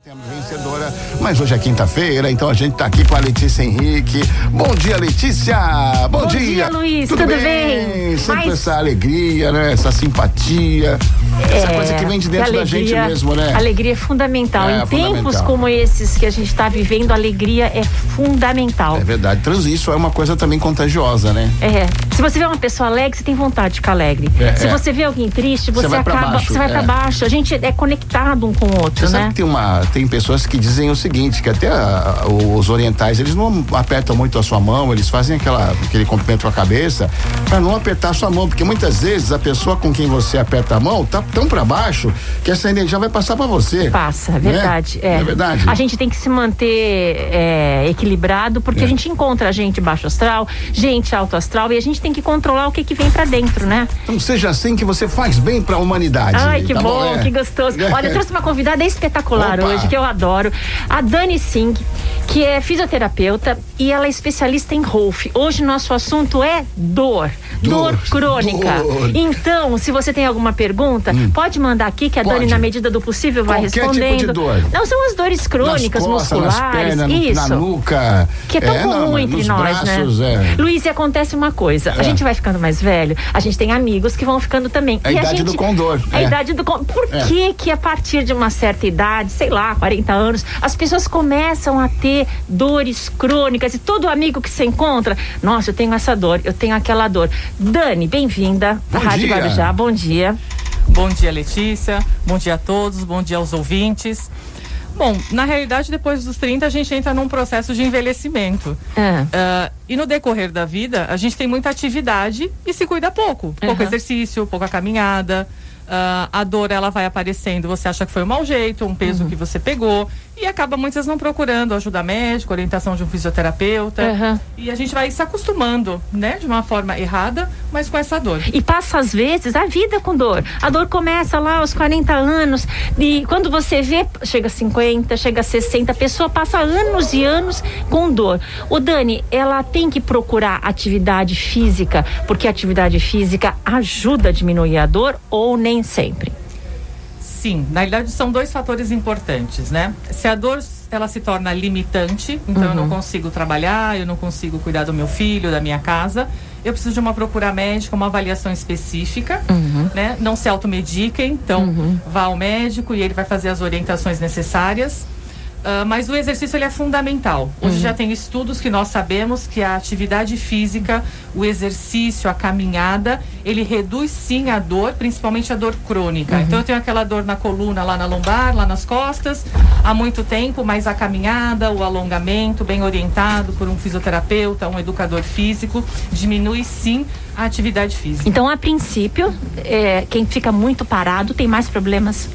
Temos vencedora, mas hoje é quinta-feira, então a gente tá aqui com a Letícia Henrique. Bom dia, Letícia! Bom dia, Luiz, tudo bem? Sempre essa alegria, né? Essa simpatia, essa coisa que vem de dentro da gente mesmo, né? Alegria é fundamental. Em tempos como esses que a gente tá vivendo, a alegria é fundamental. É verdade, isso é uma coisa também contagiosa, né? Se você vê uma pessoa alegre, você tem vontade de ficar alegre. Se você vê alguém triste, você vai pra baixo. A gente é conectado um com o outro, você né? Sabe que tem pessoas que dizem o seguinte, que até os orientais, eles não apertam muito a sua mão, eles fazem aquele cumprimento com a cabeça para não apertar a sua mão, porque muitas vezes a pessoa com quem você aperta a mão tá tão para baixo que essa energia vai passar para você. Passa, é verdade. É verdade. A gente tem que se manter equilibrado, porque a gente encontra gente baixo astral, gente alto astral, e a gente tem que controlar o que vem para dentro, né? Então seja assim que você faz bem para a humanidade. Ai, que bom, que gostoso. Olha, eu trouxe uma convidada espetacular hoje, que eu adoro, a Dani Singh, que é fisioterapeuta e ela é especialista em Rolf. Hoje nosso assunto é dor crônica. Então, se você tem alguma pergunta, pode mandar aqui que a Dani, na medida do possível, vai respondendo. Tipo de dor. Não, são as dores crônicas, nas costas, musculares, nas pernas, na nuca. Que é tão comum entre nós, braços, né? Luiz, e acontece uma coisa, a gente vai ficando mais velho, a gente tem amigos que vão ficando também. A idade do condor. A idade do condor. Por que a partir de uma certa idade, sei lá, 40 anos, as pessoas começam a ter dores crônicas e todo amigo que se encontra, nossa, eu tenho essa dor, eu tenho aquela dor. Dani, bem-vinda à Rádio Guarujá, bom dia. Bom dia, Letícia, bom dia a todos, bom dia aos ouvintes. Bom, na realidade, depois dos 30, a gente entra num processo de envelhecimento. E no decorrer da vida, a gente tem muita atividade e se cuida pouco. Pouco exercício, pouca caminhada. A dor, ela vai aparecendo, você acha que foi um mau jeito, um peso que você pegou, e acaba muitas não procurando ajuda médica, orientação de um fisioterapeuta, e a gente vai se acostumando, né, de uma forma errada, mas com essa dor. E passa às vezes a vida com dor. A dor começa lá aos 40 anos, e quando você vê, chega a 50, chega a 60, a pessoa passa anos e anos com dor. O Dani, ela tem que procurar atividade física, porque a atividade física ajuda a diminuir a dor, ou nem sempre? Sim, na realidade são dois fatores importantes, né? Se a dor, ela se torna limitante, então eu não consigo trabalhar, eu não consigo cuidar do meu filho, da minha casa, eu preciso de uma procura médica, uma avaliação específica, né? Não se automediquem, então vá ao médico e ele vai fazer as orientações necessárias. Mas o exercício, ele é fundamental. Hoje já tem estudos que nós sabemos que a atividade física, o exercício, a caminhada, ele reduz sim a dor, principalmente a dor crônica. Então eu tenho aquela dor na coluna, lá na lombar, lá nas costas, há muito tempo, mas a caminhada, o alongamento, bem orientado por um fisioterapeuta, um educador físico, diminui sim a atividade física. Então, a princípio, quem fica muito parado tem mais problemas?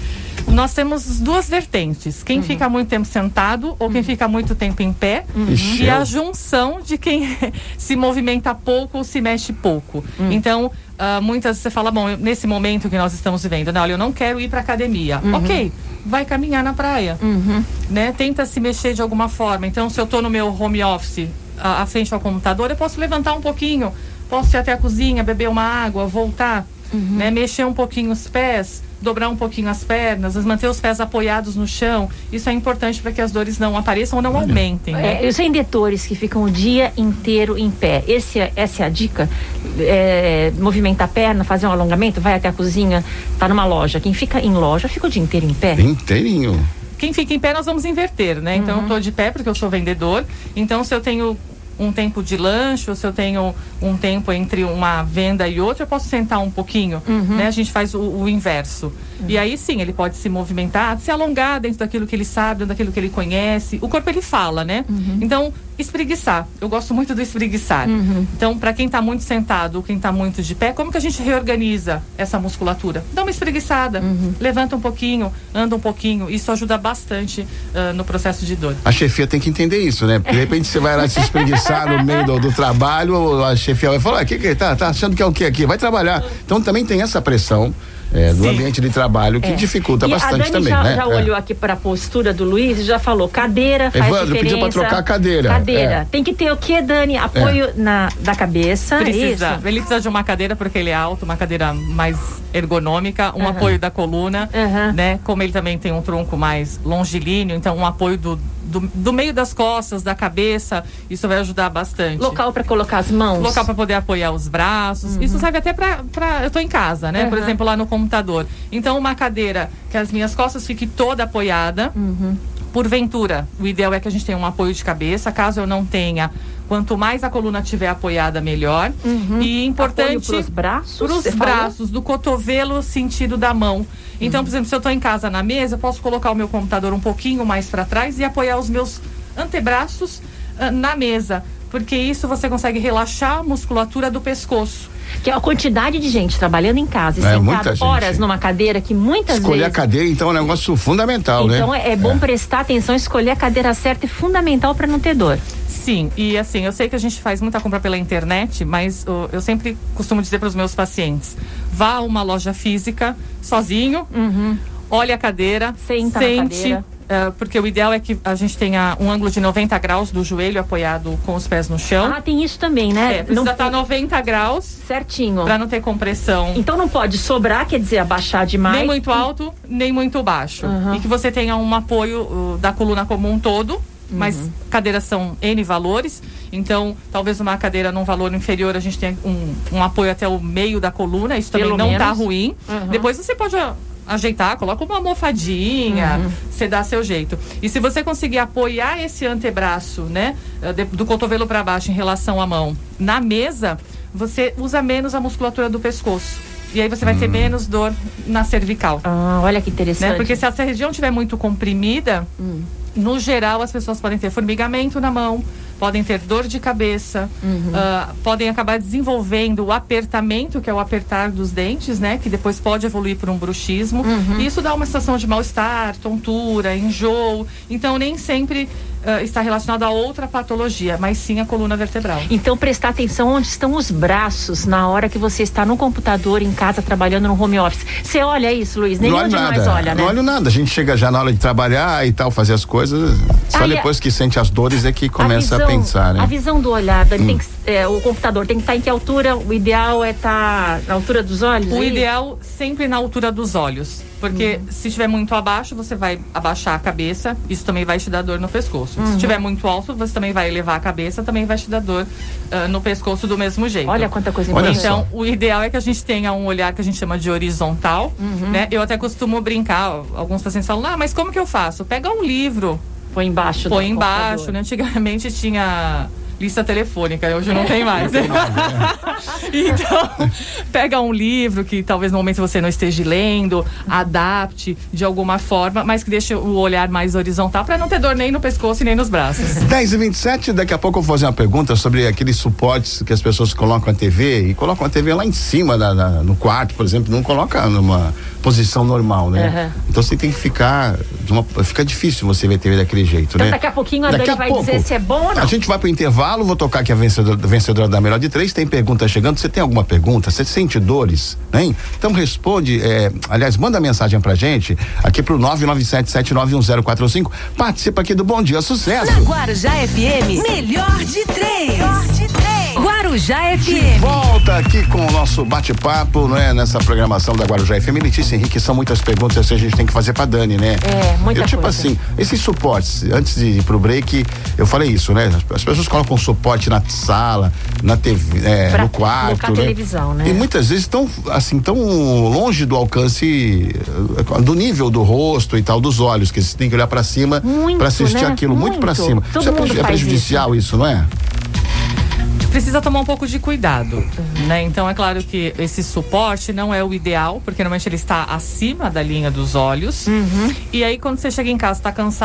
Nós temos duas vertentes, quem fica muito tempo sentado ou quem fica muito tempo em pé, e a junção de quem se movimenta pouco ou se mexe pouco. Então, muitas você fala, bom, nesse momento que nós estamos vivendo, né, olha, eu não quero ir para academia. Ok, vai caminhar na praia, né? Tenta se mexer de alguma forma. Então, se eu estou no meu home office, à frente ao computador, eu posso levantar um pouquinho, posso ir até a cozinha, beber uma água, voltar, né? Mexer um pouquinho os pés, dobrar um pouquinho as pernas, manter os pés apoiados no chão. Isso é importante para que as dores não apareçam ou não aumentem, né? Os vendedores que ficam o dia inteiro em pé, essa é a dica? Movimentar a perna, fazer um alongamento, vai até a cozinha, tá numa loja. Quem fica em loja fica o dia inteiro em pé? Inteirinho. Quem fica em pé, nós vamos inverter, né? Então eu tô de pé porque eu sou vendedor. Então, se eu tenho um tempo de lanche, ou se eu tenho um tempo entre uma venda e outra, eu posso sentar um pouquinho, né? A gente faz o inverso. E aí sim, ele pode se movimentar, se alongar dentro daquilo que ele sabe, dentro daquilo que ele conhece. O corpo, ele fala, né? Então, espreguiçar. Eu gosto muito do espreguiçar. Então, para quem tá muito sentado ou quem tá muito de pé, como que a gente reorganiza essa musculatura? Dá uma espreguiçada, levanta um pouquinho, anda um pouquinho. Isso ajuda bastante no processo de dor. A chefia tem que entender isso, né? Porque de repente você vai lá se espreguiçar no meio do trabalho, a chefia vai falar, que tá achando que é o que aqui? Vai trabalhar. Então também tem essa pressão do ambiente de trabalho, que dificulta bastante também, né? Já olhou aqui para a postura do Luiz e já falou, cadeira faz Evandro, diferença. pediu para trocar a cadeira. Tem que ter o que, Dani? Apoio da cabeça, precisa. Ele precisa de uma cadeira porque ele é alto, uma cadeira mais ergonômica, um apoio da coluna, né? Como ele também tem um tronco mais longilíneo, então um apoio do meio das costas, da cabeça, isso vai ajudar bastante. Local para colocar as mãos. Local para poder apoiar os braços. Isso serve até pra eu tô em casa, né? Por exemplo, lá no computador. Então, uma cadeira que as minhas costas fiquem toda apoiada. Porventura, o ideal é que a gente tenha um apoio de cabeça. Caso eu não tenha, quanto mais a coluna estiver apoiada, melhor. E importante para os braços? Para os braços, do cotovelo sentido da mão. Então, por exemplo, se eu estou em casa na mesa, eu posso colocar o meu computador um pouquinho mais para trás e apoiar os meus antebraços na mesa. Porque isso você consegue relaxar a musculatura do pescoço. Que é a quantidade de gente trabalhando em casa e sentado horas numa cadeira que muitas vezes... Escolher a cadeira, então, é um negócio fundamental, né? Então, é bom prestar atenção, escolher a cadeira certa é fundamental para não ter dor. Sim, e assim, eu sei que a gente faz muita compra pela internet, mas eu sempre costumo dizer para os meus pacientes, vá a uma loja física, sozinho, olhe a cadeira, sente na cadeira. Porque o ideal é que a gente tenha um ângulo de 90 graus do joelho apoiado com os pés no chão. Ah, tem isso também, né? Precisa estar 90 graus. Certinho. Para não ter compressão. Então não pode sobrar, quer dizer, abaixar demais. Nem muito alto, nem muito baixo. E que você tenha um apoio da coluna como um todo. Mas cadeiras são N valores, então talvez uma cadeira num valor inferior a gente tenha um apoio até o meio da coluna, isso também não tá ruim. Depois você pode ajeitar, coloca uma almofadinha, você dá seu jeito. E se você conseguir apoiar esse antebraço, né, do cotovelo para baixo em relação à mão, na mesa, você usa menos a musculatura do pescoço. E aí você vai ter menos dor na cervical. Olha que interessante. Né? Porque se essa região estiver muito comprimida, no geral as pessoas podem ter formigamento na mão, podem ter dor de cabeça, podem acabar desenvolvendo o apertamento, que é o apertar dos dentes, né? Que depois pode evoluir para um bruxismo. E isso dá uma sensação de mal-estar, tontura, enjoo. Então, nem sempre está relacionado a outra patologia, mas sim a coluna vertebral. Então, prestar atenção onde estão os braços na hora que você está no computador, em casa, trabalhando no home office. Você olha isso, Luiz? Nem onde mais olha, né? Não olho nada. A gente chega já na hora de trabalhar e tal, fazer as coisas. Só depois que sente as dores é que começa a pensar, né? A visão do olhar, tem que, o computador tem que estar em que altura? O ideal é estar na altura dos olhos? O ideal sempre na altura dos olhos. Porque se estiver muito abaixo, você vai abaixar a cabeça, isso também vai te dar dor no pescoço. Se estiver muito alto, você também vai elevar a cabeça, também vai te dar dor no pescoço do mesmo jeito. Olha quanta coisa importante. Então, o ideal é que a gente tenha um olhar que a gente chama de horizontal, né? Eu até costumo brincar, alguns pacientes falam, mas como que eu faço? Pega um livro. Põe embaixo. Põe embaixo, né? Antigamente tinha lista telefônica, hoje não tem mais. Então, pega um livro que talvez no momento você não esteja lendo, adapte de alguma forma, mas que deixe o olhar mais horizontal para não ter dor nem no pescoço e nem nos braços. 10h27, daqui a pouco eu vou fazer uma pergunta sobre aqueles suportes que as pessoas colocam a TV e colocam a TV lá em cima no quarto, por exemplo, não coloca numa posição normal, né? Então você tem que fica difícil você ver a TV daquele jeito, então, né? Daqui a pouquinho a Dani vai dizer se é bom ou não. A gente vai pro intervalo, vou tocar aqui a vencedora da melhor de 3, tem pergunta chegando, você tem alguma pergunta? Você sente dores, né? Então responde, aliás, manda mensagem pra gente, aqui pro 997791045, participa aqui do Bom Dia Sucesso. Na Guarujá FM, melhor de 3. Guarujá FM. Volta aqui com o nosso bate-papo, né? Nessa programação da Guarujá FM. Letícia Henrique, são muitas perguntas que a gente tem que fazer pra Dani, né? Muita coisa. Assim, esses suportes, antes de ir pro break, eu falei isso, né? As pessoas colocam suporte na sala, na TV, no quarto, né? Televisão, né? E muitas vezes tão longe do alcance, do nível do rosto e tal, dos olhos, que você tem que olhar pra cima pra assistir aquilo, muito pra cima. Isso é prejudicial, isso, não é? Precisa tomar um pouco de cuidado, né? Então é claro que esse suporte não é o ideal, porque normalmente ele está acima da linha dos olhos. E aí quando você chega em casa, está cansado,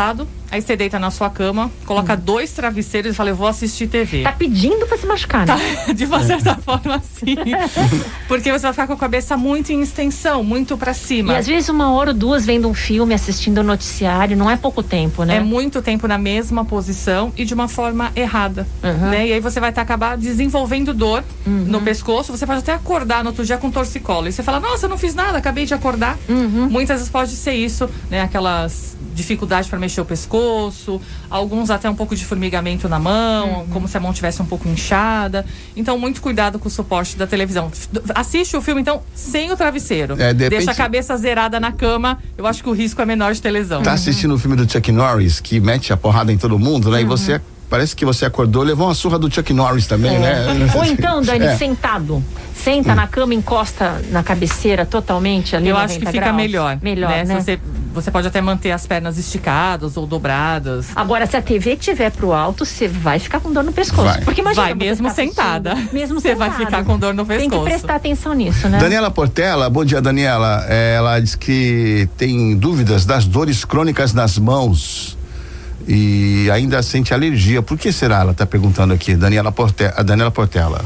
aí você deita na sua cama, coloca 2 travesseiros e fala, eu vou assistir TV. Tá pedindo pra se machucar, né? Tá, de uma certa forma, sim. Porque você vai ficar com a cabeça muito em extensão, muito pra cima. E às vezes 1 hora ou 2 vendo um filme, assistindo o noticiário, não é pouco tempo, né? É muito tempo na mesma posição e de uma forma errada, né? E aí você vai acabar desenvolvendo dor no pescoço, você pode até acordar no outro dia com torcicolo. E você fala, nossa, eu não fiz nada, acabei de acordar. Muitas vezes pode ser isso, né? Aquelas dificuldade para mexer o pescoço, alguns até um pouco de formigamento na mão, como se a mão tivesse um pouco inchada. Então, muito cuidado com o suporte da televisão. Assiste o filme, então, sem o travesseiro. Deixa a cabeça zerada na cama, eu acho que o risco é menor de ter lesão. Tá assistindo o filme do Chuck Norris, que mete a porrada em todo mundo, né? E você, parece que você acordou, levou uma surra do Chuck Norris também, né? Ou então, Dani, sentado. Senta na cama, encosta na cabeceira totalmente ali. Eu acho que fica melhor. Melhor, né? Você pode até manter as pernas esticadas ou dobradas. Agora, se a TV tiver pro alto, você vai ficar com dor no pescoço. Vai. Porque imagina, vai mesmo sentada. Mesmo você vai ficar com dor no pescoço. Tem que prestar atenção nisso, né? Daniela Portela, bom dia, Daniela. Ela diz que tem dúvidas das dores crônicas nas mãos e ainda sente alergia. Por que será? Ela está perguntando aqui, Daniela Portela.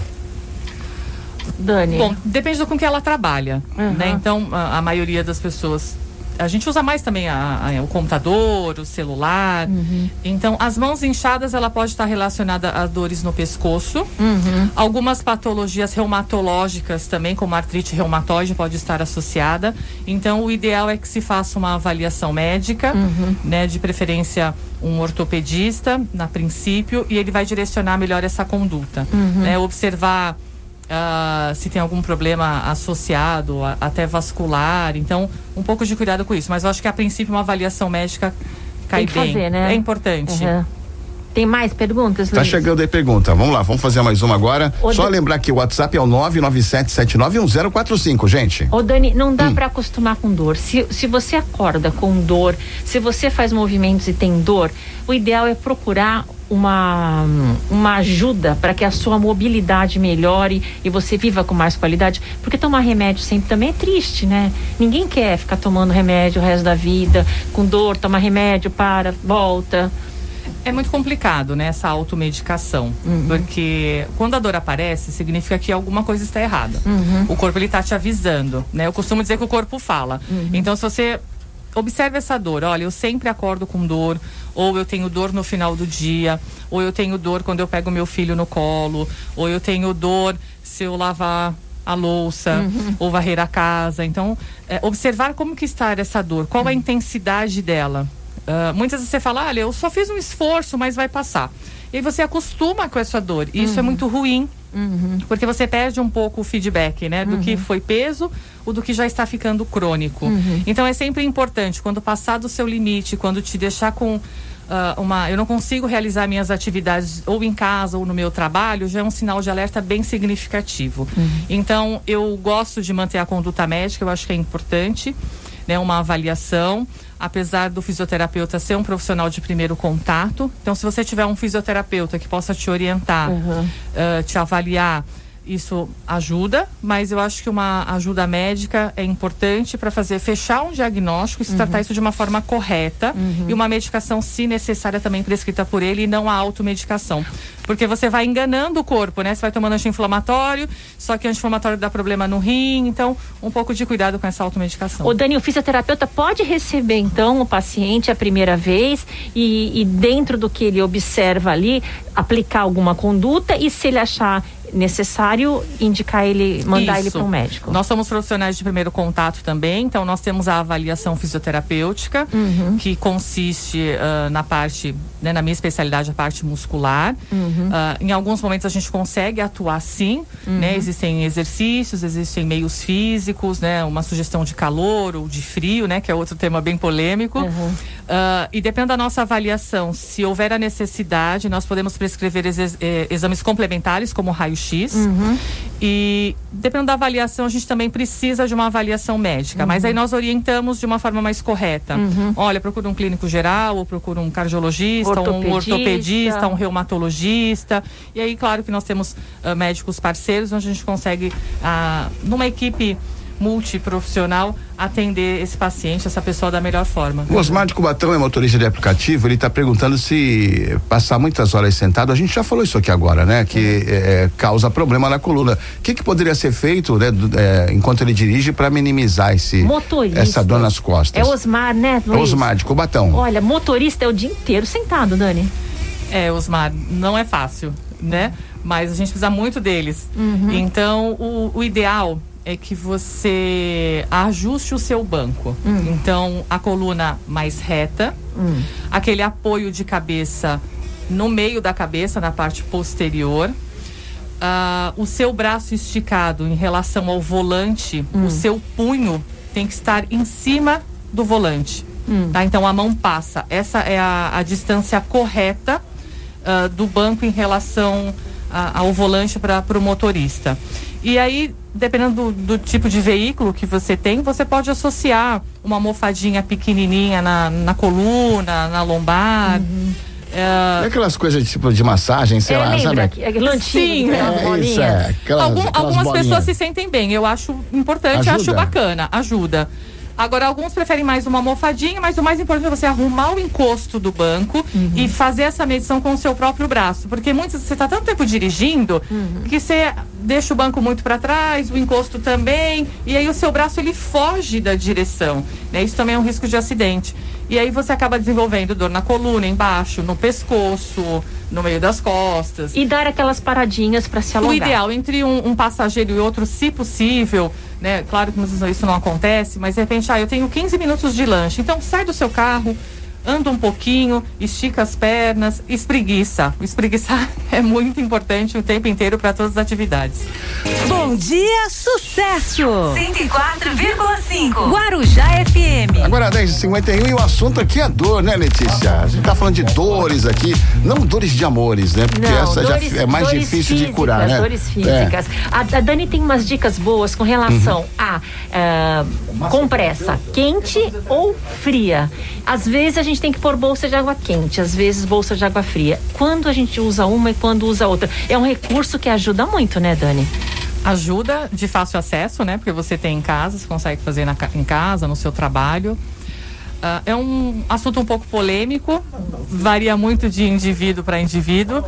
Dani. Bom, depende com que ela trabalha, né? Então, a maioria das pessoas, a gente usa mais também o computador, o celular. Então, as mãos inchadas, ela pode estar relacionada a dores no pescoço. Algumas patologias reumatológicas também, como artrite reumatoide, pode estar associada. Então, o ideal é que se faça uma avaliação médica, né? De preferência, um ortopedista, na princípio, e ele vai direcionar melhor essa conduta, né? Observar se tem algum problema associado, até vascular. Então, um pouco de cuidado com isso. Mas eu acho que, a princípio, uma avaliação médica cai bem. Fazer, né? É importante. Tem mais perguntas, Luiz? Tá chegando aí pergunta. Vamos lá, vamos fazer mais uma agora. Só lembrar que o WhatsApp é o 997791045, gente. Ô, Dani, não dá pra acostumar com dor. Se você acorda com dor, se você faz movimentos e tem dor, o ideal é procurar uma ajuda para que a sua mobilidade melhore e você viva com mais qualidade, porque tomar remédio sempre também é triste, né? Ninguém quer ficar tomando remédio o resto da vida, com dor, toma remédio, para, volta. É muito complicado, né, essa automedicação, porque quando a dor aparece, significa que alguma coisa está errada. O corpo, ele tá te avisando, né? Eu costumo dizer que o corpo fala. Então, se você observa essa dor, olha, eu sempre acordo com dor, ou eu tenho dor no final do dia, ou eu tenho dor quando eu pego meu filho no colo, ou eu tenho dor se eu lavar a louça, ou varrer a casa. Então, observar como que está essa dor, qual a intensidade dela. Muitas vezes você fala, olha, eu só fiz um esforço, mas vai passar. E aí você acostuma com essa dor. E isso é muito ruim, porque você perde um pouco o feedback, né? Do que foi peso ou do que já está ficando crônico. Então, é sempre importante, quando passar do seu limite, quando te deixar com eu não consigo realizar minhas atividades ou em casa ou no meu trabalho, já é um sinal de alerta bem significativo. Então, eu gosto de manter a conduta médica, eu acho que é importante, né? Uma avaliação, apesar do fisioterapeuta ser um profissional de primeiro contato. Então, se você tiver um fisioterapeuta que possa te orientar, te avaliar, isso ajuda, mas eu acho que uma ajuda médica é importante para fechar um diagnóstico e se tratar isso de uma forma correta, e uma medicação, se necessária, também prescrita por ele, e não a automedicação. Porque você vai enganando o corpo, né? Você vai tomando anti-inflamatório, só que anti-inflamatório dá problema no rim, então um pouco de cuidado com essa automedicação. O Dani, o fisioterapeuta pode receber, então, o paciente a primeira vez e dentro do que ele observa ali, aplicar alguma conduta, e se ele achar necessário, indicar ele, mandar ele para um médico. Nós somos profissionais de primeiro contato também, então nós temos a avaliação fisioterapêutica, que consiste na parte, né, na minha especialidade, a parte muscular. Em alguns momentos a gente consegue atuar sim, né? Existem exercícios, existem meios físicos, né? Uma sugestão de calor ou de frio, né? Que é outro tema bem polêmico. E depende da nossa avaliação, se houver a necessidade, nós podemos prescrever exames complementares, como raio-x. E dependendo da avaliação, a gente também precisa de uma avaliação médica, mas aí nós orientamos de uma forma mais correta. Olha, procura um clínico geral, ou procura um cardiologista, um ortopedista, um reumatologista. E aí, claro que nós temos médicos parceiros, onde a gente consegue, numa equipe multiprofissional atender esse paciente, essa pessoa da melhor forma. O Osmar de Cubatão é motorista de aplicativo, ele está perguntando se passar muitas horas sentado, a gente já falou isso aqui agora, né? Que causa problema na coluna. O que poderia ser feito, né, enquanto ele dirige para minimizar essa dor nas costas? É Osmar, né, Luiz? Osmar de Cubatão. Olha, motorista é o dia inteiro sentado, Dani. Osmar, não é fácil, né? Mas a gente precisa muito deles. Então, o ideal é que você ajuste o seu banco. Então, a coluna mais reta, aquele apoio de cabeça no meio da cabeça, na parte posterior, o seu braço esticado em relação ao volante, o seu punho tem que estar em cima do volante. Tá? Então, a mão passa. Essa é a distância correta do banco em relação ao volante para o motorista. E aí, dependendo do tipo de veículo que você tem, você pode associar uma almofadinha pequenininha na coluna, na lombar. Aquelas coisas tipo de massagem, sei lá, lembra? sabe? Sim, algumas pessoas se sentem bem. Eu acho importante, acho bacana, ajuda. Agora, alguns preferem mais uma almofadinha, mas o mais importante é você arrumar o encosto do banco e fazer essa medição com o seu próprio braço. Porque muitas vezes você está tanto tempo dirigindo que você deixa o banco muito para trás, o encosto também, e aí o seu braço ele foge da direção, né? Isso também é um risco de acidente. E aí você acaba desenvolvendo dor na coluna, embaixo, no pescoço, no meio das costas. E dar aquelas paradinhas para se alongar. O ideal, entre um passageiro e outro, se possível, né? Claro que isso não acontece, mas de repente, eu tenho 15 minutos de lanche. Então, sai do seu carro, anda um pouquinho, estica as pernas, espreguiça. Espreguiçar é muito importante o tempo inteiro para todas as atividades. Bom dia, sucesso! 104,5 Guarujá FM. Agora 10h51 e o assunto aqui é dor, né, Letícia? A gente tá falando de dores aqui, não dores de amores, né? Porque essa já é mais difícil de curar, né? Dores físicas. A Dani tem umas dicas boas com relação a compressa quente ou fria. Às vezes a gente tem que pôr bolsa de água quente, às vezes bolsa de água fria. Quando a gente usa uma e quando usa outra? É um recurso que ajuda muito, né, Dani? Ajuda de fácil acesso, né? Porque você tem em casa, você consegue fazer em casa, no seu trabalho. É um assunto um pouco polêmico, varia muito de indivíduo para indivíduo,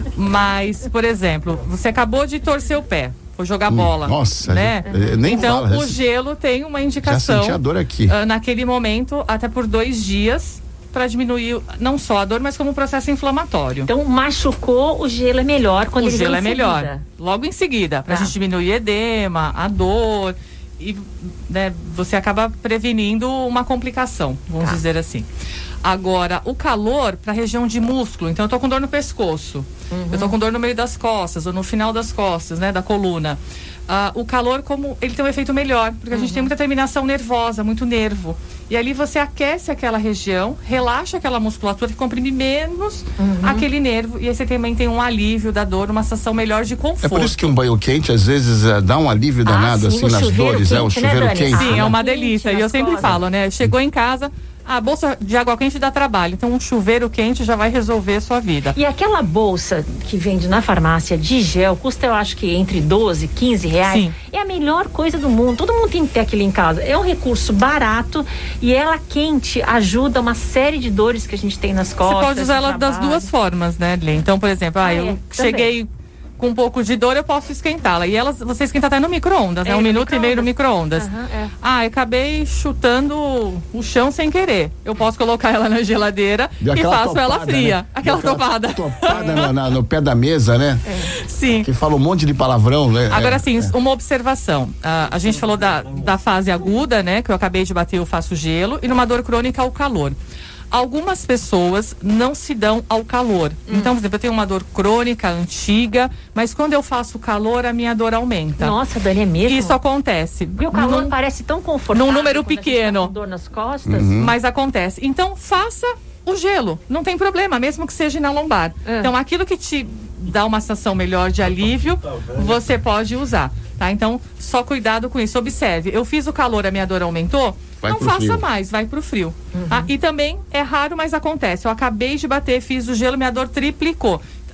mas, por exemplo, você acabou de torcer o pé, foi jogar bola. Nossa, né? Nem então, fala, o gelo tem uma indicação. Já senti a dor aqui. Naquele momento, até por 2 dias, para diminuir não só a dor, mas como um processo inflamatório. Então, machucou, o gelo é melhor quando ele vem em seguida. O gelo é melhor, logo em seguida, para a gente diminuir edema, a dor, e né, você acaba prevenindo uma complicação, vamos dizer assim. Agora, o calor para a região de músculo, então eu tô com dor no pescoço, eu tô com dor no meio das costas, ou no final das costas, né, da coluna. O calor, como ele tem um efeito melhor, porque a gente tem muita terminação nervosa, muito nervo. E ali você aquece aquela região, relaxa aquela musculatura que comprime menos aquele nervo. E aí você também tem um alívio da dor, uma sensação melhor de conforto. É por isso que um banho quente, às vezes, dá um alívio danado, sim, assim, nas dores. Quente, o chuveiro quente. Sim, é uma delícia. E eu sempre falo, né? Chegou em casa, a bolsa de água quente dá trabalho, então um chuveiro quente já vai resolver a sua vida. E aquela bolsa que vende na farmácia de gel, custa eu acho que entre 12, 15 reais. Sim. É a melhor coisa do mundo, todo mundo tem que ter aquilo em casa. É um recurso barato e ela quente ajuda uma série de dores que a gente tem nas costas. Você pode usar ela das duas formas, né, Lê? Então, por exemplo, eu cheguei com um pouco de dor, eu posso esquentá-la. E você esquenta até no micro-ondas, né? 1 minuto e meio no micro-ondas. Eu acabei chutando o chão sem querer. Eu posso colocar ela na geladeira e faço topada, ela fria. Né? Aquela topada. Topada no pé da mesa, né? Sim. Que fala um monte de palavrão, né? Agora sim, uma observação. A gente falou da fase aguda, né? Que eu acabei de bater, eu faço gelo. E numa dor crônica, o calor. Algumas pessoas não se dão ao calor. Então, por exemplo, eu tenho uma dor crônica, antiga, mas quando eu faço calor, a minha dor aumenta. Nossa, Dani, é mesmo? Isso acontece. Porque o calor parece tão confortável. Num número pequeno. Tá com dor nas costas. Mas acontece. Então, faça o gelo. Não tem problema, mesmo que seja na lombar. Então, aquilo que te dá uma sensação melhor de alívio, você pode usar. Tá? Então, só cuidado com isso. Observe, eu fiz o calor, a minha dor aumentou, não faça mais, vai pro frio. E também é raro, mas acontece. Eu acabei de bater, fiz o gelo, minha dor triplicou.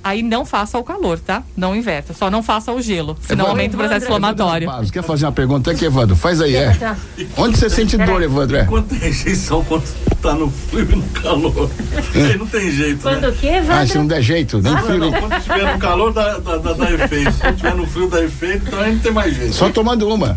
Aí não faça o calor, tá? Não inverta, só não faça o gelo, senão aumenta o processo inflamatório. Quer fazer uma pergunta aqui, Evandro? Faz aí, Onde você sente dor, Evandro? Quando tem rejeição, quando tá no frio e no calor. Aí não tem jeito, quando o quê, Evandro? Se não der jeito, nem frio. Não, quando estiver no calor, dá efeito. Se estiver no frio, dá efeito, então aí não tem mais jeito. Só tomando uma.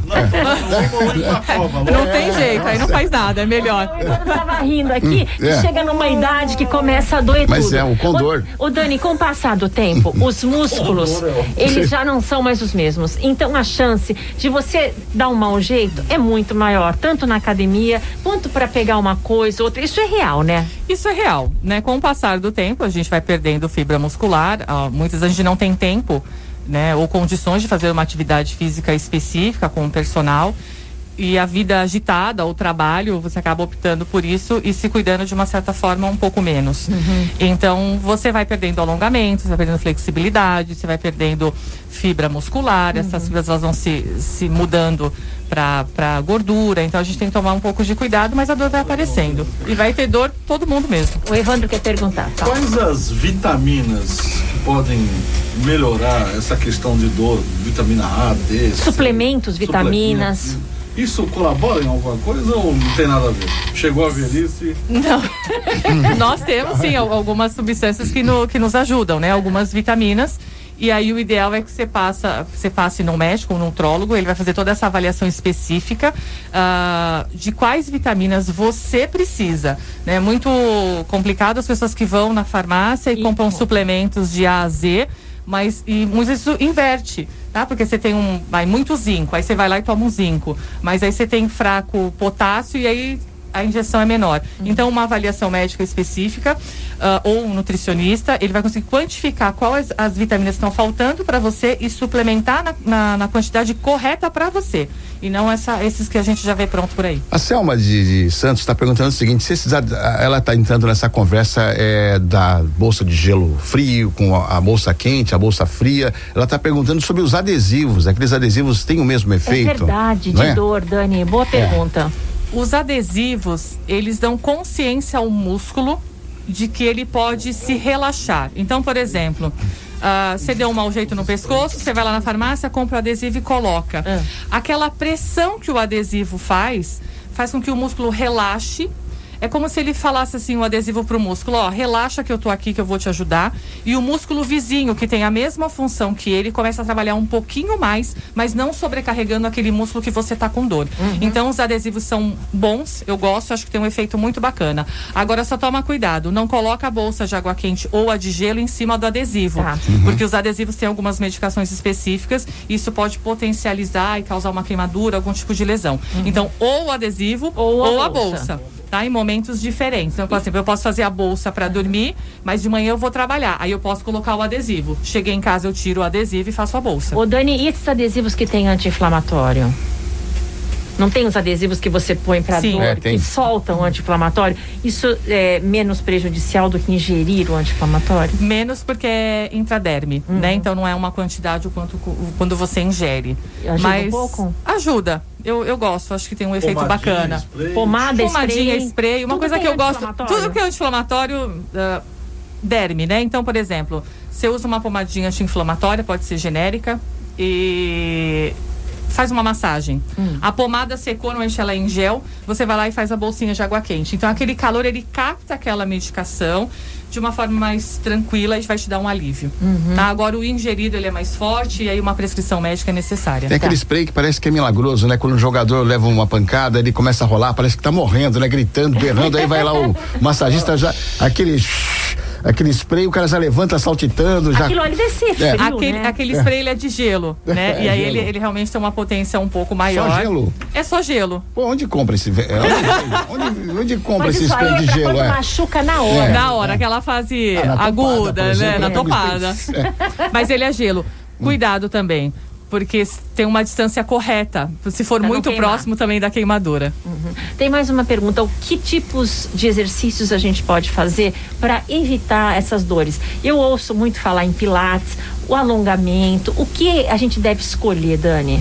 Não tem jeito, aí não faz nada, é melhor. O Evandro tava rindo aqui, chega numa idade que começa a doer tudo. Mas com dor. Ô Dani, com o passar do tempo, os músculos, eles já não são mais os mesmos. Então a chance de você dar um mau jeito é muito maior, tanto na academia, quanto para pegar uma coisa, outra. Isso é real, né? Isso é real, né? Com o passar do tempo, a gente vai perdendo fibra muscular. Muitas vezes a gente não tem tempo, né? Ou condições de fazer uma atividade física específica com o personal. E a vida agitada, o trabalho, você acaba optando por isso e se cuidando de uma certa forma um pouco menos. Então, você vai perdendo alongamento, você vai perdendo flexibilidade, você vai perdendo fibra muscular, essas fibras elas vão se mudando para gordura, então a gente tem que tomar um pouco de cuidado, mas a dor vai aparecendo. E vai ter dor todo mundo mesmo. O Evandro quer perguntar. Quais as vitaminas que podem melhorar essa questão de dor? Vitamina A, D, C? Suplementos, vitaminas. Isso colabora em alguma coisa ou não tem nada a ver? Chegou a velhice? Não. Nós temos, sim, algumas substâncias que nos ajudam, né? Algumas vitaminas. E aí o ideal é que você passe no médico, um nutrólogo, ele vai fazer toda essa avaliação específica de quais vitaminas você precisa. É muito complicado as pessoas que vão na farmácia e compram suplementos de A a Z, mas muitas vezes isso inverte, tá? Porque você tem muito zinco, aí você vai lá e toma um zinco, mas aí você tem fraco potássio e aí a injeção é menor. Então, uma avaliação médica específica ou um nutricionista, ele vai conseguir quantificar quais as vitaminas que estão faltando para você e suplementar na quantidade correta para você. E não esses que a gente já vê pronto por aí. A Selma de Santos está perguntando o seguinte: ela está entrando nessa conversa da bolsa de gelo frio com a bolsa quente, a bolsa fria. Ela está perguntando sobre os adesivos. Aqueles adesivos têm o mesmo efeito? É verdade, de dor, Dani. Boa pergunta. Os adesivos, eles dão consciência ao músculo de que ele pode se relaxar. Então, por exemplo, você deu um mau jeito no pescoço, você vai lá na farmácia, compra o adesivo e coloca. Aquela pressão que o adesivo faz com que o músculo relaxe. É como se ele falasse assim, o adesivo pro músculo, relaxa que eu tô aqui, que eu vou te ajudar. E o músculo vizinho, que tem a mesma função que ele, começa a trabalhar um pouquinho mais, mas não sobrecarregando aquele músculo que você tá com dor. Então, os adesivos são bons, eu gosto, acho que tem um efeito muito bacana. Agora, só toma cuidado, não coloca a bolsa de água quente ou a de gelo em cima do adesivo. Porque os adesivos têm algumas medicações específicas, e isso pode potencializar e causar uma queimadura, algum tipo de lesão. Então, ou o adesivo ou a bolsa. Tá? Em momentos diferentes. Então, por exemplo, eu posso fazer a bolsa para dormir, mas de manhã eu vou trabalhar. Aí eu posso colocar o adesivo. Cheguei em casa, eu tiro o adesivo e faço a bolsa. Ô Dani, e esses adesivos que tem anti-inflamatório? Não tem os adesivos que você põe para dor, que soltam o anti-inflamatório? Isso é menos prejudicial do que ingerir o anti-inflamatório? Menos porque é intraderme, né? Então não é uma quantidade o quanto quando você ingere. Ajuda um pouco? Ajuda. Eu gosto, acho que tem um efeito bacana. Pomadinha, spray. Uma coisa que eu gosto, tudo que é anti-inflamatório, derme, né? Então, por exemplo, você usa uma pomadinha anti-inflamatória, pode ser genérica, e faz uma massagem. A pomada secou, não enche ela em gel, você vai lá e faz a bolsinha de água quente. Então, aquele calor, ele capta aquela medicação de uma forma mais tranquila e vai te dar um alívio. Tá? Agora, o ingerido, ele é mais forte e aí uma prescrição médica é necessária. Tem aquele spray que parece que é milagroso, né? Quando o jogador leva uma pancada, ele começa a rolar, parece que tá morrendo, né? Gritando, berrando, aí vai lá o massagista já, aquele spray, o cara já levanta saltitando. Aquilo ali deve ser frio, aquele spray, ele é de gelo, né? E aí ele realmente tem uma potência um pouco maior. Só gelo? É só gelo. Pô, onde compra esse onde compra esse spray de gelo? Machuca na hora. Na hora, aquela fase aguda, né? Na topada. Mas ele é gelo. Cuidado também, porque tem uma distância correta. Se for muito próximo também da queimadura. Tem mais uma pergunta: o que tipos de exercícios a gente pode fazer para evitar essas dores? Eu ouço muito falar em pilates, o alongamento. O que a gente deve escolher, Dani?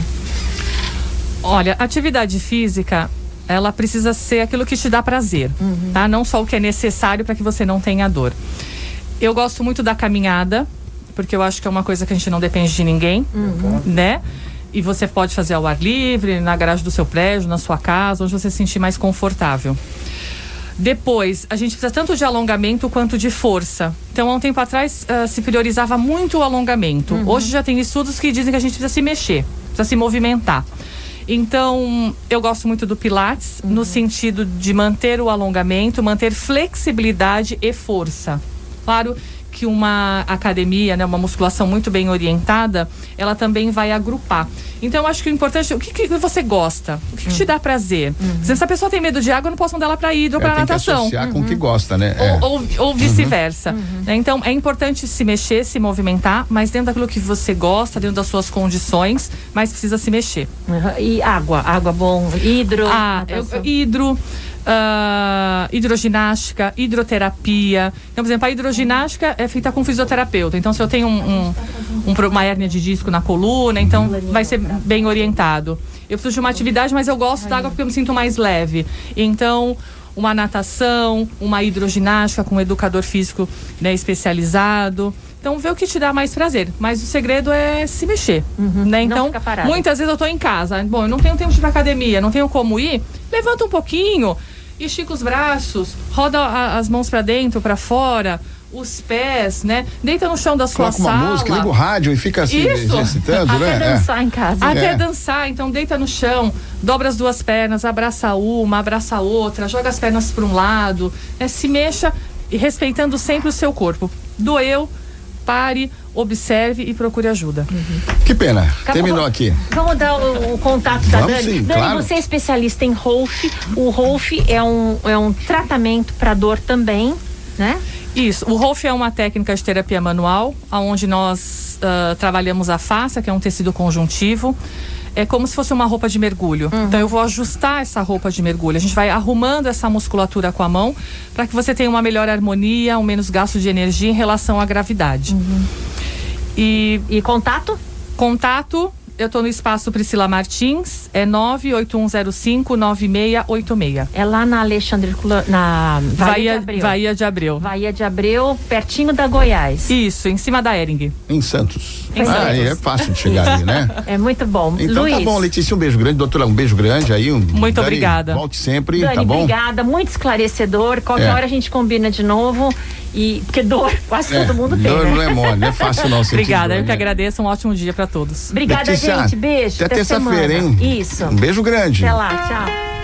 Olha, atividade física, ela precisa ser aquilo que te dá prazer, tá? Não só o que é necessário para que você não tenha dor. Eu gosto muito da caminhada, porque eu acho que é uma coisa que a gente não depende de ninguém, né? E você pode fazer ao ar livre, na garagem do seu prédio, na sua casa, onde você se sentir mais confortável. Depois, a gente precisa tanto de alongamento quanto de força. Então, há um tempo atrás, se priorizava muito o alongamento. Hoje já tem estudos que dizem que a gente precisa se mexer, precisa se movimentar. Então, eu gosto muito do Pilates, no sentido de manter o alongamento, manter flexibilidade e força. Claro que uma academia, né, uma musculação muito bem orientada, ela também vai agrupar. Então, eu acho que o importante é o que você gosta, o que te dá prazer. Se essa pessoa tem medo de água, eu não posso mandar ela para hidro ou para natação. Tem que associar com o que gosta, né? Ou vice-versa. Então, é importante se mexer, se movimentar, mas dentro daquilo que você gosta, dentro das suas condições, mas precisa se mexer. E água bom, hidro. Hidroginástica, hidroterapia. Então, por exemplo, a hidroginástica é feita com fisioterapeuta. Então, se eu tenho uma hérnia de disco na coluna, então vai ser bem orientado. Eu preciso de uma atividade, mas eu gosto da água porque eu me sinto mais leve. Então, uma natação, uma hidroginástica com um educador físico, né, especializado. Então, vê o que te dá mais prazer. Mas o segredo é se mexer, né? Então, muitas vezes eu tô em casa. Bom, eu não tenho tempo de ir pra academia, não tenho como ir. Levanta um pouquinho, estica os braços, roda as mãos pra dentro, pra fora, os pés, né? Deita no chão da sua sala. Coloca uma música, liga o rádio e fica assim, exercitando, né? Até dançar em casa. Até dançar, então deita no chão, dobra as duas pernas, abraça uma, abraça a outra, joga as pernas para um lado, né? Se mexa, respeitando sempre o seu corpo. Doeu, pare, observe e procure ajuda. Que pena, terminou aqui. Vamos dar o contato da Dani. Sim, Dani, claro. você é especialista em Rolf. O Rolf é um tratamento para dor também, né? Isso, o Rolf é uma técnica de terapia manual, onde nós trabalhamos a fascia, que é um tecido conjuntivo. É como se fosse uma roupa de mergulho. Então eu vou ajustar essa roupa de mergulho. A gente vai arrumando essa musculatura com a mão para que você tenha uma melhor harmonia, um menos gasto de energia em relação à gravidade. E contato? Contato, eu tô no espaço Priscila Martins, é 981059686. É lá na Alexandre, na Bahia de Abreu. Bahia de Abreu, pertinho da Goiás. Isso, em cima da Ering. Em Santos. Em Santos. Aí é fácil de chegar aí, né? É muito bom. Então Luiz, tá bom, Letícia, um beijo grande. Doutora, um beijo grande aí. Muito Dani, obrigada. Volte sempre, Dani, tá bom? obrigada, muito esclarecedor. Qualquer hora a gente combina de novo. Porque dor, quase todo mundo tem, dor né? não é mole, não é fácil não. Obrigada, dor, eu que agradeço. Um ótimo dia pra todos. Obrigada, Letícia, gente. Beijo. até terça-feira, hein? Isso. Um beijo grande. Até lá, tchau.